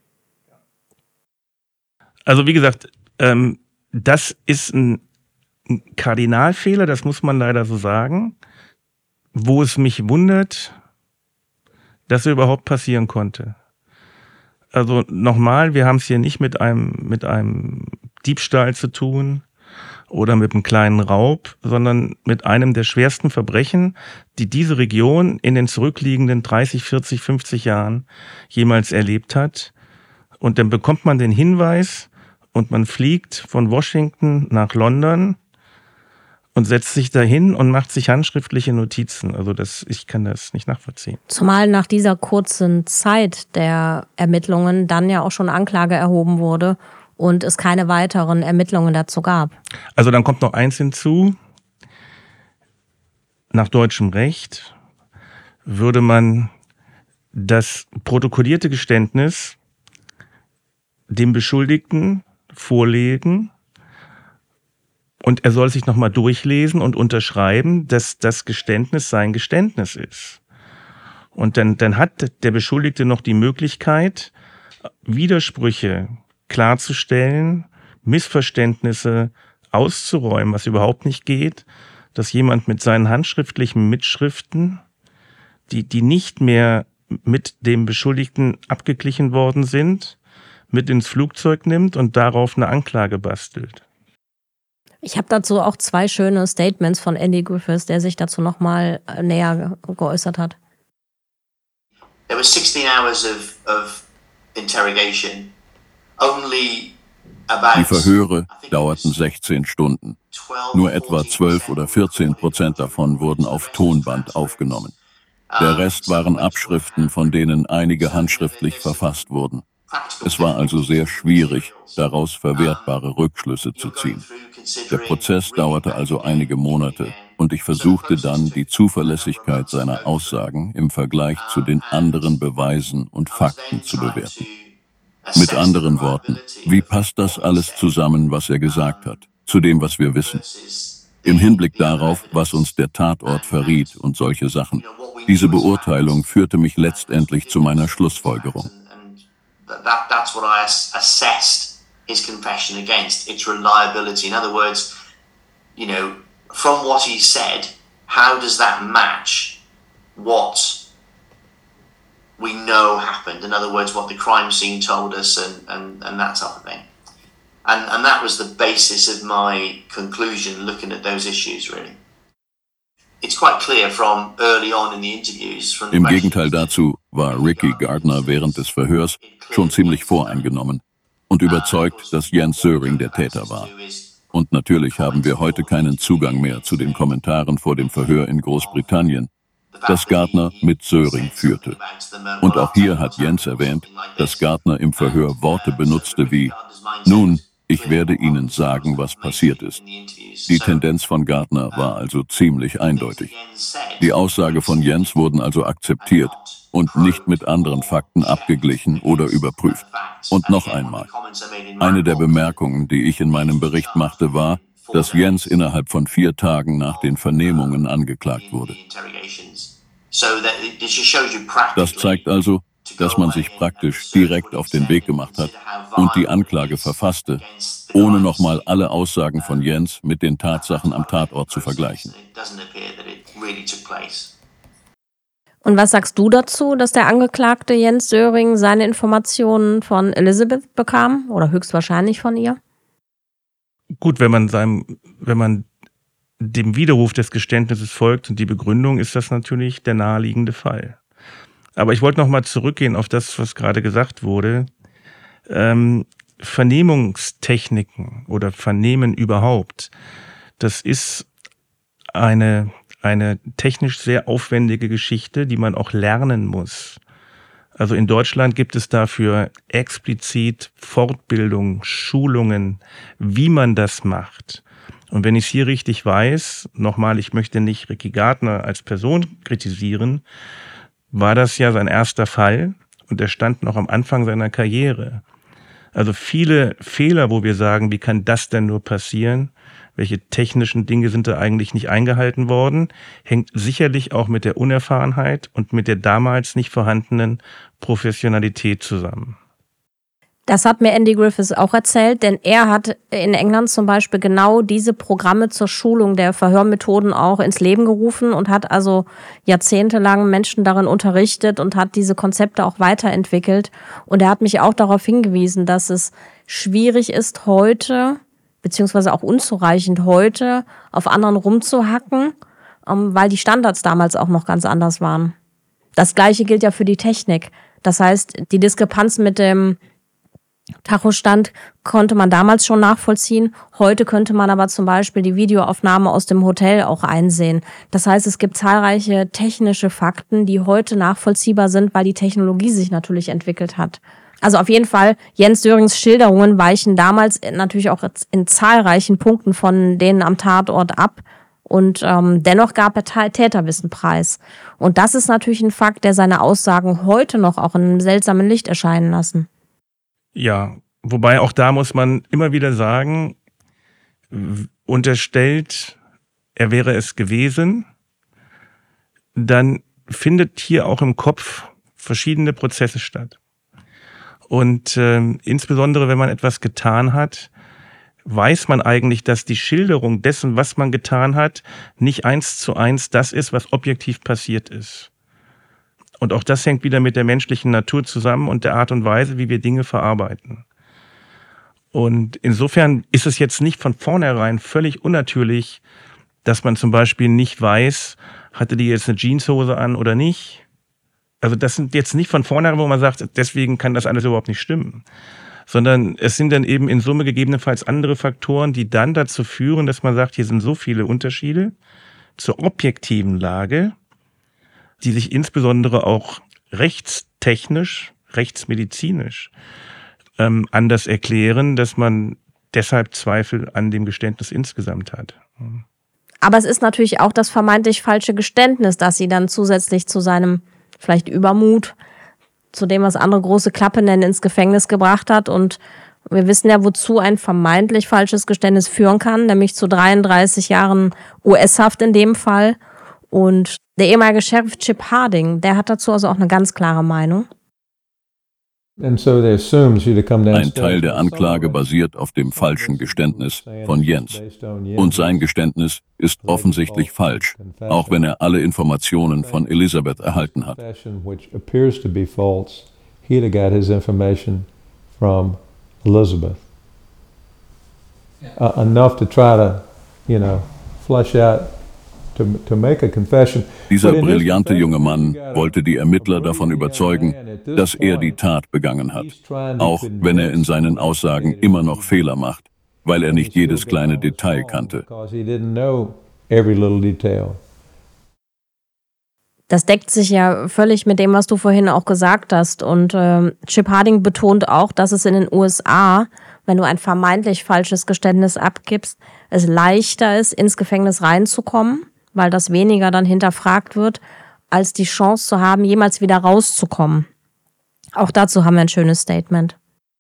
Also wie gesagt, ähm, das ist ein, ein Kardinalfehler, das muss man leider so sagen. Wo es mich wundert, dass er überhaupt passieren konnte. Also nochmal, wir haben es hier nicht mit einem, mit einem Diebstahl zu tun oder mit einem kleinen Raub, sondern mit einem der schwersten Verbrechen, die diese Region in den zurückliegenden dreißig, vierzig, fünfzig Jahren jemals erlebt hat. Und dann bekommt man den Hinweis und man fliegt von Washington nach London und setzt sich dahin und macht sich handschriftliche Notizen. Also das, ich kann das nicht nachvollziehen. Zumal nach dieser kurzen Zeit der Ermittlungen dann ja auch schon Anklage erhoben wurde und es keine weiteren Ermittlungen dazu gab. Also dann kommt noch eins hinzu. Nach deutschem Recht würde man das protokollierte Geständnis dem Beschuldigten vorlegen und er soll sich nochmal durchlesen und unterschreiben, dass das Geständnis sein Geständnis ist. Und dann, dann hat der Beschuldigte noch die Möglichkeit, Widersprüche klarzustellen, Missverständnisse auszuräumen, was überhaupt nicht geht, dass jemand mit seinen handschriftlichen Mitschriften, die, die nicht mehr mit dem Beschuldigten abgeglichen worden sind, mit ins Flugzeug nimmt und darauf eine Anklage bastelt. Ich habe dazu auch zwei schöne Statements von Andy Griffiths, der sich dazu nochmal näher ge- geäußert hat. There were sixteen hours of, of interrogation. Only about, Die Verhöre dauerten sechzehn Stunden. Nur etwa zwölf oder vierzehn Prozent davon wurden auf Tonband aufgenommen. Der Rest waren Abschriften, von denen einige handschriftlich verfasst wurden. Es war also sehr schwierig, daraus verwertbare Rückschlüsse zu ziehen. Der Prozess dauerte also einige Monate und ich versuchte dann, die Zuverlässigkeit seiner Aussagen im Vergleich zu den anderen Beweisen und Fakten zu bewerten. Mit anderen Worten, wie passt das alles zusammen, was er gesagt hat, zu dem, was wir wissen? Im Hinblick darauf, was uns der Tatort verriet und solche Sachen. Diese Beurteilung führte mich letztendlich zu meiner Schlussfolgerung. That, that's what I ass- assessed his confession against, its reliability. In other words, you know, from what he said, how does that match what we know happened? In other words, what the crime scene told us and, and, and that type of thing. And, and that was the basis of my conclusion looking at those issues, really. It's quite clear from early on in the interviews. From the Im Gegenteil dazu war Ricky Gardner während des Verhörs schon ziemlich voreingenommen und überzeugt, dass Jens Söring der Täter war. Und natürlich haben wir heute keinen Zugang mehr zu den Kommentaren vor dem Verhör in Großbritannien, das Gardner mit Söring führte. Und auch hier hat Jens erwähnt, dass Gardner im Verhör Worte benutzte wie „Nun, ich werde Ihnen sagen, was passiert ist." Die Tendenz von Gardner war also ziemlich eindeutig. Die Aussage von Jens wurden also akzeptiert und nicht mit anderen Fakten abgeglichen oder überprüft. Und noch einmal, eine der Bemerkungen, die ich in meinem Bericht machte, war, dass Jens innerhalb von vier Tagen nach den Vernehmungen angeklagt wurde. Das zeigt also, dass man sich praktisch direkt auf den Weg gemacht hat und die Anklage verfasste, ohne nochmal alle Aussagen von Jens mit den Tatsachen am Tatort zu vergleichen. Und was sagst du dazu, dass der Angeklagte Jens Söring seine Informationen von Elizabeth bekam oder höchstwahrscheinlich von ihr? Gut, wenn man seinem, wenn man dem Widerruf des Geständnisses folgt und die Begründung, ist das natürlich der naheliegende Fall. Aber ich wollte noch mal zurückgehen auf das, was gerade gesagt wurde. Ähm, Vernehmungstechniken oder Vernehmen überhaupt, das ist eine, eine technisch sehr aufwendige Geschichte, die man auch lernen muss. Also in Deutschland gibt es dafür explizit Fortbildung, Schulungen, wie man das macht. Und wenn ich es hier richtig weiß, nochmal, ich möchte nicht Ricky Gardner als Person kritisieren, war das ja sein erster Fall und er stand noch am Anfang seiner Karriere. Also viele Fehler, wo wir sagen, wie kann das denn nur passieren? Welche technischen Dinge sind da eigentlich nicht eingehalten worden? Hängt sicherlich auch mit der Unerfahrenheit und mit der damals nicht vorhandenen Professionalität zusammen. Das hat mir Andy Griffiths auch erzählt, denn er hat in England zum Beispiel genau diese Programme zur Schulung der Verhörmethoden auch ins Leben gerufen und hat also jahrzehntelang Menschen darin unterrichtet und hat diese Konzepte auch weiterentwickelt. Und er hat mich auch darauf hingewiesen, dass es schwierig ist heute, beziehungsweise auch unzureichend heute, auf anderen rumzuhacken, weil die Standards damals auch noch ganz anders waren. Das Gleiche gilt ja für die Technik. Das heißt, die Diskrepanz mit dem Tachostand konnte man damals schon nachvollziehen. Heute könnte man aber zum Beispiel die Videoaufnahme aus dem Hotel auch einsehen. Das heißt, es gibt zahlreiche technische Fakten, die heute nachvollziehbar sind, weil die Technologie sich natürlich entwickelt hat. Also auf jeden Fall, Jens Dörings Schilderungen weichen damals natürlich auch in zahlreichen Punkten von denen am Tatort ab. Und ähm, dennoch gab er Täterwissen preis. Und das ist natürlich ein Fakt, der seine Aussagen heute noch auch in einem seltsamen Licht erscheinen lassen. Ja, wobei auch da muss man immer wieder sagen, unterstellt, er wäre es gewesen, dann findet hier auch im Kopf verschiedene Prozesse statt. Und äh, insbesondere, wenn man etwas getan hat, weiß man eigentlich, dass die Schilderung dessen, was man getan hat, nicht eins zu eins das ist, was objektiv passiert ist. Und auch das hängt wieder mit der menschlichen Natur zusammen und der Art und Weise, wie wir Dinge verarbeiten. Und insofern ist es jetzt nicht von vornherein völlig unnatürlich, dass man zum Beispiel nicht weiß, hatte die jetzt eine Jeanshose an oder nicht. Also das sind jetzt nicht von vornherein, wo man sagt, deswegen kann das alles überhaupt nicht stimmen. Sondern es sind dann eben in Summe gegebenenfalls andere Faktoren, die dann dazu führen, dass man sagt, hier sind so viele Unterschiede zur objektiven Lage, die sich insbesondere auch rechtstechnisch, rechtsmedizinisch ähm, anders erklären, dass man deshalb Zweifel an dem Geständnis insgesamt hat. Aber es ist natürlich auch das vermeintlich falsche Geständnis, das sie dann zusätzlich zu seinem vielleicht Übermut, zu dem, was andere große Klappe nennen, ins Gefängnis gebracht hat. Und wir wissen ja, wozu ein vermeintlich falsches Geständnis führen kann, nämlich zu dreiunddreißig Jahren U S-Haft in dem Fall. Und der ehemalige Sheriff Chip Harding, der hat dazu also auch eine ganz klare Meinung. Ein Teil der Anklage basiert auf dem falschen Geständnis von Jens. Und sein Geständnis ist offensichtlich falsch, auch wenn er alle Informationen von Elizabeth erhalten hat. Enough to try to, you know, flesh out. Dieser brillante junge Mann wollte die Ermittler davon überzeugen, dass er die Tat begangen hat, auch wenn er in seinen Aussagen immer noch Fehler macht, weil er nicht jedes kleine Detail kannte. Das deckt sich ja völlig mit dem, was du vorhin auch gesagt hast. Und äh, Chip Harding betont auch, dass es in den U S A, wenn du ein vermeintlich falsches Geständnis abgibst, es leichter ist, ins Gefängnis reinzukommen, weil das weniger dann hinterfragt wird, als die Chance zu haben, jemals wieder rauszukommen. Auch dazu haben wir ein schönes Statement.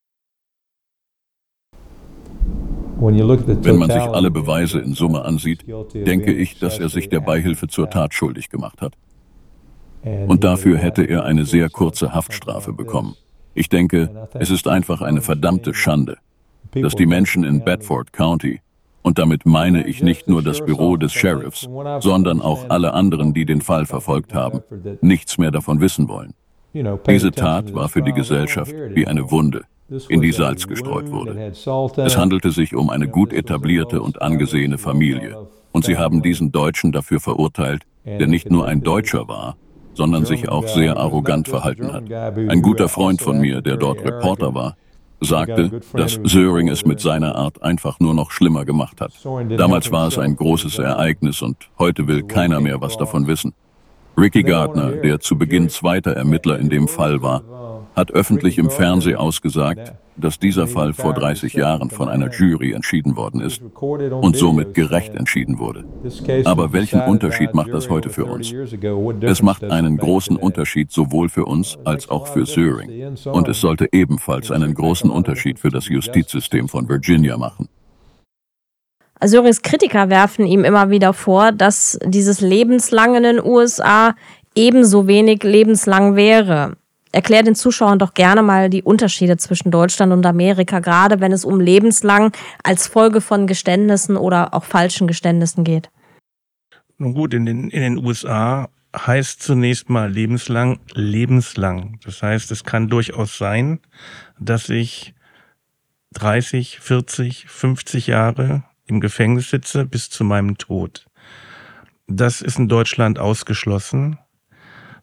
Wenn man sich alle Beweise in Summe ansieht, denke ich, dass er sich der Beihilfe zur Tat schuldig gemacht hat. Und dafür hätte er eine sehr kurze Haftstrafe bekommen. Ich denke, es ist einfach eine verdammte Schande, dass die Menschen in Bedford County, und damit meine ich nicht nur das Büro des Sheriffs, sondern auch alle anderen, die den Fall verfolgt haben, nichts mehr davon wissen wollen. Diese Tat war für die Gesellschaft wie eine Wunde, in die Salz gestreut wurde. Es handelte sich um eine gut etablierte und angesehene Familie. Und sie haben diesen Deutschen dafür verurteilt, der nicht nur ein Deutscher war, sondern sich auch sehr arrogant verhalten hat. Ein guter Freund von mir, der dort Reporter war, sagte, dass Söring es mit seiner Art einfach nur noch schlimmer gemacht hat. Damals war es ein großes Ereignis und heute will keiner mehr was davon wissen. Ricky Gardner, der zu Beginn zweiter Ermittler in dem Fall war, hat öffentlich im Fernsehen ausgesagt, dass dieser Fall vor dreißig Jahren von einer Jury entschieden worden ist und somit gerecht entschieden wurde. Aber welchen Unterschied macht das heute für uns? Es macht einen großen Unterschied sowohl für uns als auch für Söring. Und es sollte ebenfalls einen großen Unterschied für das Justizsystem von Virginia machen. Sörings Kritiker werfen ihm immer wieder vor, dass dieses lebenslang in den U S A ebenso wenig lebenslang wäre. Erklär den Zuschauern doch gerne mal die Unterschiede zwischen Deutschland und Amerika, gerade wenn es um lebenslang als Folge von Geständnissen oder auch falschen Geständnissen geht. Nun gut, in den, in den U S A heißt zunächst mal lebenslang, lebenslang. Das heißt, es kann durchaus sein, dass ich dreißig, vierzig, fünfzig Jahre im Gefängnis sitze bis zu meinem Tod. Das ist in Deutschland ausgeschlossen,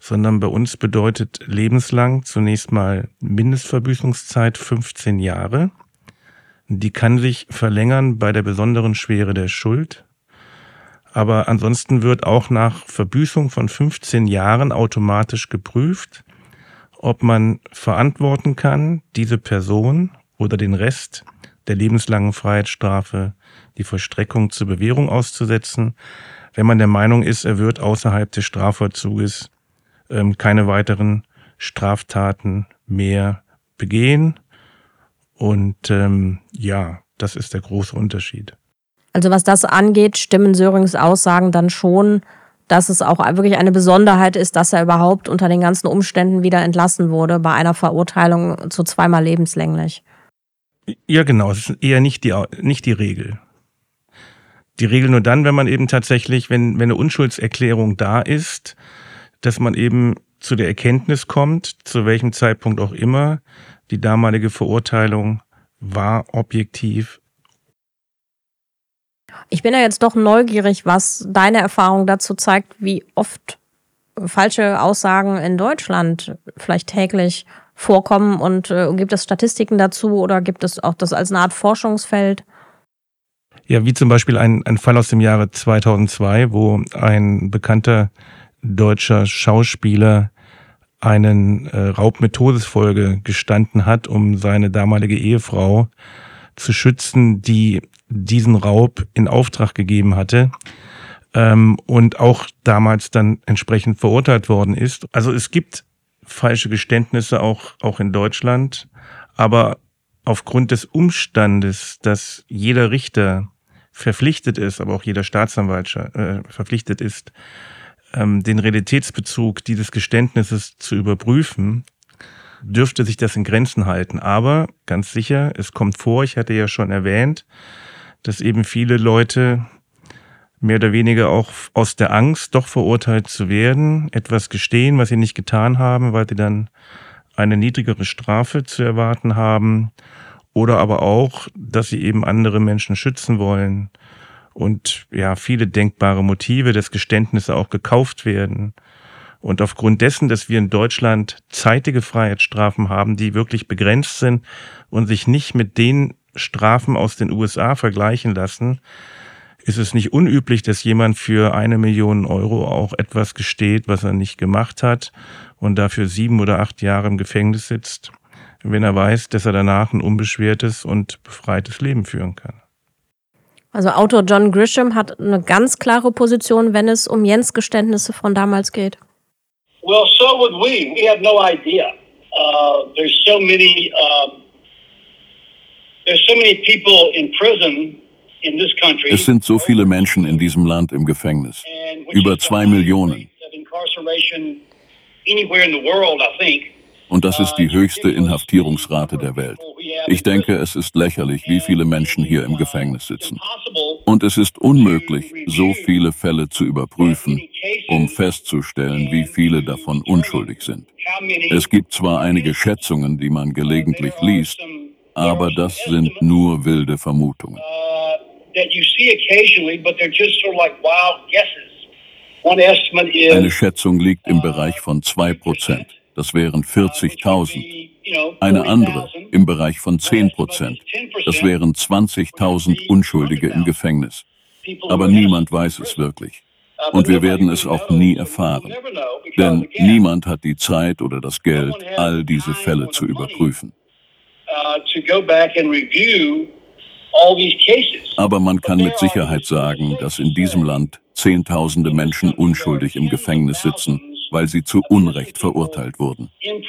sondern bei uns bedeutet lebenslang zunächst mal Mindestverbüßungszeit fünfzehn Jahre. Die kann sich verlängern bei der besonderen Schwere der Schuld. Aber ansonsten wird auch nach Verbüßung von fünfzehn Jahren automatisch geprüft, ob man verantworten kann, diese Person oder den Rest der lebenslangen Freiheitsstrafe, die Vollstreckung zur Bewährung auszusetzen, wenn man der Meinung ist, er wird außerhalb des Strafvollzuges ähm, keine weiteren Straftaten mehr begehen. Und ähm, ja, das ist der große Unterschied. Also was das angeht, stimmen Sörings Aussagen dann schon, dass es auch wirklich eine Besonderheit ist, dass er überhaupt unter den ganzen Umständen wieder entlassen wurde bei einer Verurteilung zu zweimal lebenslänglich. Ja, genau. Es ist eher nicht die, nicht die Regel. Die Regel nur dann, wenn man eben tatsächlich, wenn, wenn eine Unschuldserklärung da ist, dass man eben zu der Erkenntnis kommt, zu welchem Zeitpunkt auch immer, die damalige Verurteilung war objektiv. Ich bin ja jetzt doch neugierig, was deine Erfahrung dazu zeigt, wie oft falsche Aussagen in Deutschland vielleicht täglich vorkommen und äh, gibt es Statistiken dazu oder gibt es auch das als eine Art Forschungsfeld? Ja, wie zum Beispiel ein, ein Fall aus dem Jahre zweitausendzwei, wo ein bekannter deutscher Schauspieler einen äh, Raub mit Todesfolge gestanden hat, um seine damalige Ehefrau zu schützen, die diesen Raub in Auftrag gegeben hatte ähm, und auch damals dann entsprechend verurteilt worden ist. Also es gibt falsche Geständnisse auch, auch in Deutschland, aber aufgrund des Umstandes, dass jeder Richter verpflichtet ist, aber auch jeder Staatsanwalt äh, verpflichtet ist, ähm, den Realitätsbezug dieses Geständnisses zu überprüfen, dürfte sich das in Grenzen halten. Aber ganz sicher, es kommt vor, ich hatte ja schon erwähnt, dass eben viele Leute mehr oder weniger auch aus der Angst, doch verurteilt zu werden, etwas gestehen, was sie nicht getan haben, weil sie dann eine niedrigere Strafe zu erwarten haben, oder aber auch, dass sie eben andere Menschen schützen wollen und ja, viele denkbare Motive, dass Geständnisse auch gekauft werden. Und aufgrund dessen, dass wir in Deutschland zeitige Freiheitsstrafen haben, die wirklich begrenzt sind und sich nicht mit den Strafen aus den U S A vergleichen lassen, ist es nicht unüblich, dass jemand für eine Million Euro auch etwas gesteht, was er nicht gemacht hat und dafür sieben oder acht Jahre im Gefängnis sitzt, wenn er weiß, dass er danach ein unbeschwertes und befreites Leben führen kann. Also Autor John Grisham hat eine ganz klare Position, wenn es um Jens Geständnisse von damals geht. Well, so would we. We have no idea. Uh, there's so many, um, there's so many people in prison in this country. Es sind so viele Menschen in diesem Land im Gefängnis. Über zwei Millionen. Anywhere in the world, I think. Und das ist die höchste Inhaftierungsrate der Welt. Ich denke, es ist lächerlich, wie viele Menschen hier im Gefängnis sitzen. Und es ist unmöglich, so viele Fälle zu überprüfen, um festzustellen, wie viele davon unschuldig sind. Es gibt zwar einige Schätzungen, die man gelegentlich liest, aber das sind nur wilde Vermutungen. Eine Schätzung liegt im Bereich von zwei Prozent. Das wären vierzigtausend. Eine andere im Bereich von zehn Prozent. Das wären zwanzigtausend Unschuldige im Gefängnis. Aber niemand weiß es wirklich. Und wir werden es auch nie erfahren. Denn niemand hat die Zeit oder das Geld, all diese Fälle zu überprüfen. Aber man kann mit Sicherheit sagen, dass in diesem Land Zehntausende Menschen unschuldig im Gefängnis sitzen, weil sie zu Unrecht verurteilt wurden.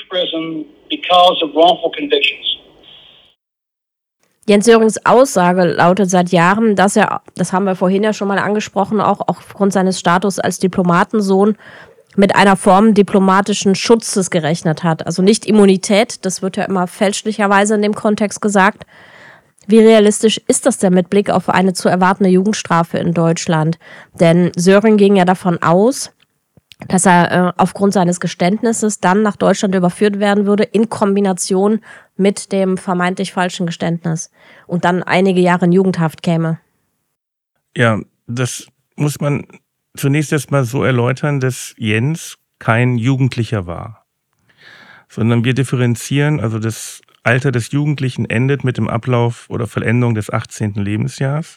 Jens Sörings Aussage lautet seit Jahren, dass er, das haben wir vorhin ja schon mal angesprochen, auch aufgrund seines Status als Diplomatensohn mit einer Form diplomatischen Schutzes gerechnet hat. Also nicht Immunität, das wird ja immer fälschlicherweise in dem Kontext gesagt. Wie realistisch ist das denn mit Blick auf eine zu erwartende Jugendstrafe in Deutschland? Denn Söring ging ja davon aus, dass er äh, aufgrund seines Geständnisses dann nach Deutschland überführt werden würde, in Kombination mit dem vermeintlich falschen Geständnis und dann einige Jahre in Jugendhaft käme. Ja, das muss man zunächst erstmal so erläutern, dass Jens kein Jugendlicher war. Sondern wir differenzieren, also das Alter des Jugendlichen endet mit dem Ablauf oder Vollendung des achtzehnten Lebensjahres.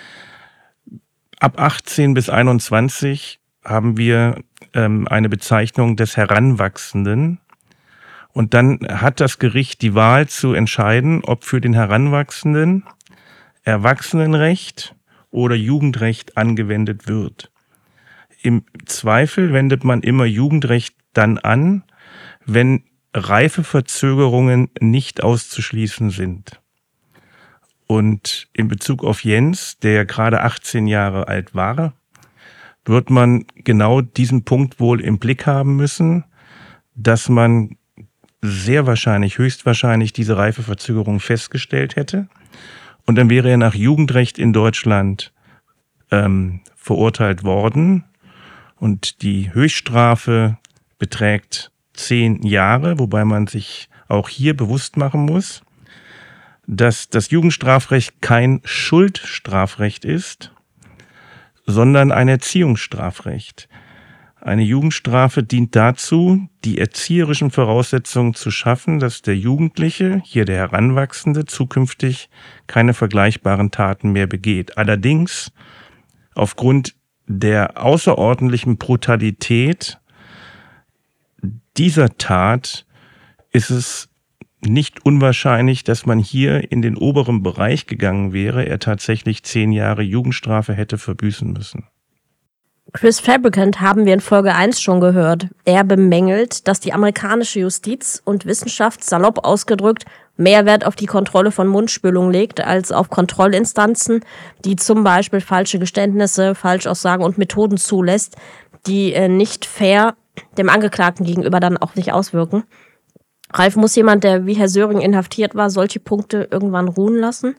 Ab achtzehn bis einundzwanzig haben wir ähm, eine Bezeichnung des Heranwachsenden. Und dann hat das Gericht die Wahl zu entscheiden, ob für den Heranwachsenden Erwachsenenrecht oder Jugendrecht angewendet wird. Im Zweifel wendet man immer Jugendrecht dann an, wenn Reifeverzögerungen nicht auszuschließen sind. Und in Bezug auf Jens, der gerade achtzehn Jahre alt war, wird man genau diesen Punkt wohl im Blick haben müssen, dass man sehr wahrscheinlich, höchstwahrscheinlich diese Reifeverzögerung festgestellt hätte. Und dann wäre er nach Jugendrecht in Deutschland ähm, verurteilt worden. Und die Höchststrafe beträgt zehn Jahre, wobei man sich auch hier bewusst machen muss, dass das Jugendstrafrecht kein Schuldstrafrecht ist, sondern ein Erziehungsstrafrecht. Eine Jugendstrafe dient dazu, die erzieherischen Voraussetzungen zu schaffen, dass der Jugendliche, hier der Heranwachsende, zukünftig keine vergleichbaren Taten mehr begeht. Allerdings aufgrund der außerordentlichen Brutalität dieser Tat ist es nicht unwahrscheinlich, dass man hier in den oberen Bereich gegangen wäre, er tatsächlich zehn Jahre Jugendstrafe hätte verbüßen müssen. Chris Fabricant haben wir in Folge eins schon gehört. Er bemängelt, dass die amerikanische Justiz und Wissenschaft, salopp ausgedrückt, mehr Wert auf die Kontrolle von Mundspülung legt, als auf Kontrollinstanzen, die zum Beispiel falsche Geständnisse, Falschaussagen und Methoden zulässt, die äh, nicht fair dem Angeklagten gegenüber dann auch sich auswirken. Ralf, muss jemand, der wie Herr Söring inhaftiert war, solche Punkte irgendwann ruhen lassen?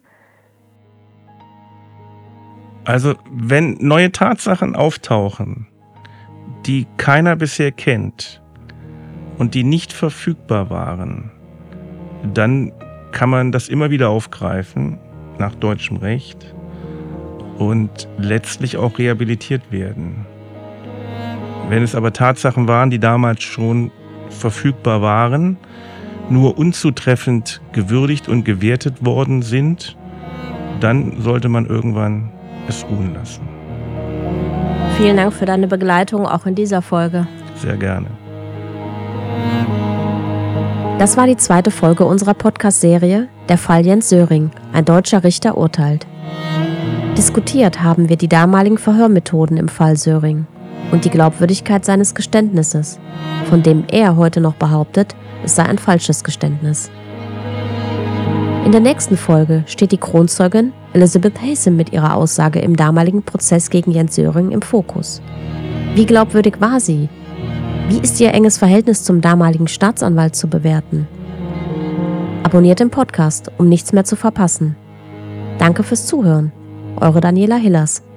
Also, wenn neue Tatsachen auftauchen, die keiner bisher kennt und die nicht verfügbar waren, dann kann man das immer wieder aufgreifen nach deutschem Recht und letztlich auch rehabilitiert werden. Wenn es aber Tatsachen waren, die damals schon verfügbar waren, nur unzutreffend gewürdigt und gewertet worden sind, dann sollte man irgendwann es ruhen lassen. Vielen Dank für deine Begleitung auch in dieser Folge. Sehr gerne. Das war die zweite Folge unserer Podcast-Serie Der Fall Jens Söring, ein deutscher Richter urteilt. Diskutiert haben wir die damaligen Verhörmethoden im Fall Söring und die Glaubwürdigkeit seines Geständnisses, von dem er heute noch behauptet, es sei ein falsches Geständnis. In der nächsten Folge steht die Kronzeugin Elizabeth Haysom mit ihrer Aussage im damaligen Prozess gegen Jens Söring im Fokus. Wie glaubwürdig war sie? Wie ist ihr enges Verhältnis zum damaligen Staatsanwalt zu bewerten? Abonniert den Podcast, um nichts mehr zu verpassen. Danke fürs Zuhören. Eure Daniela Hillers.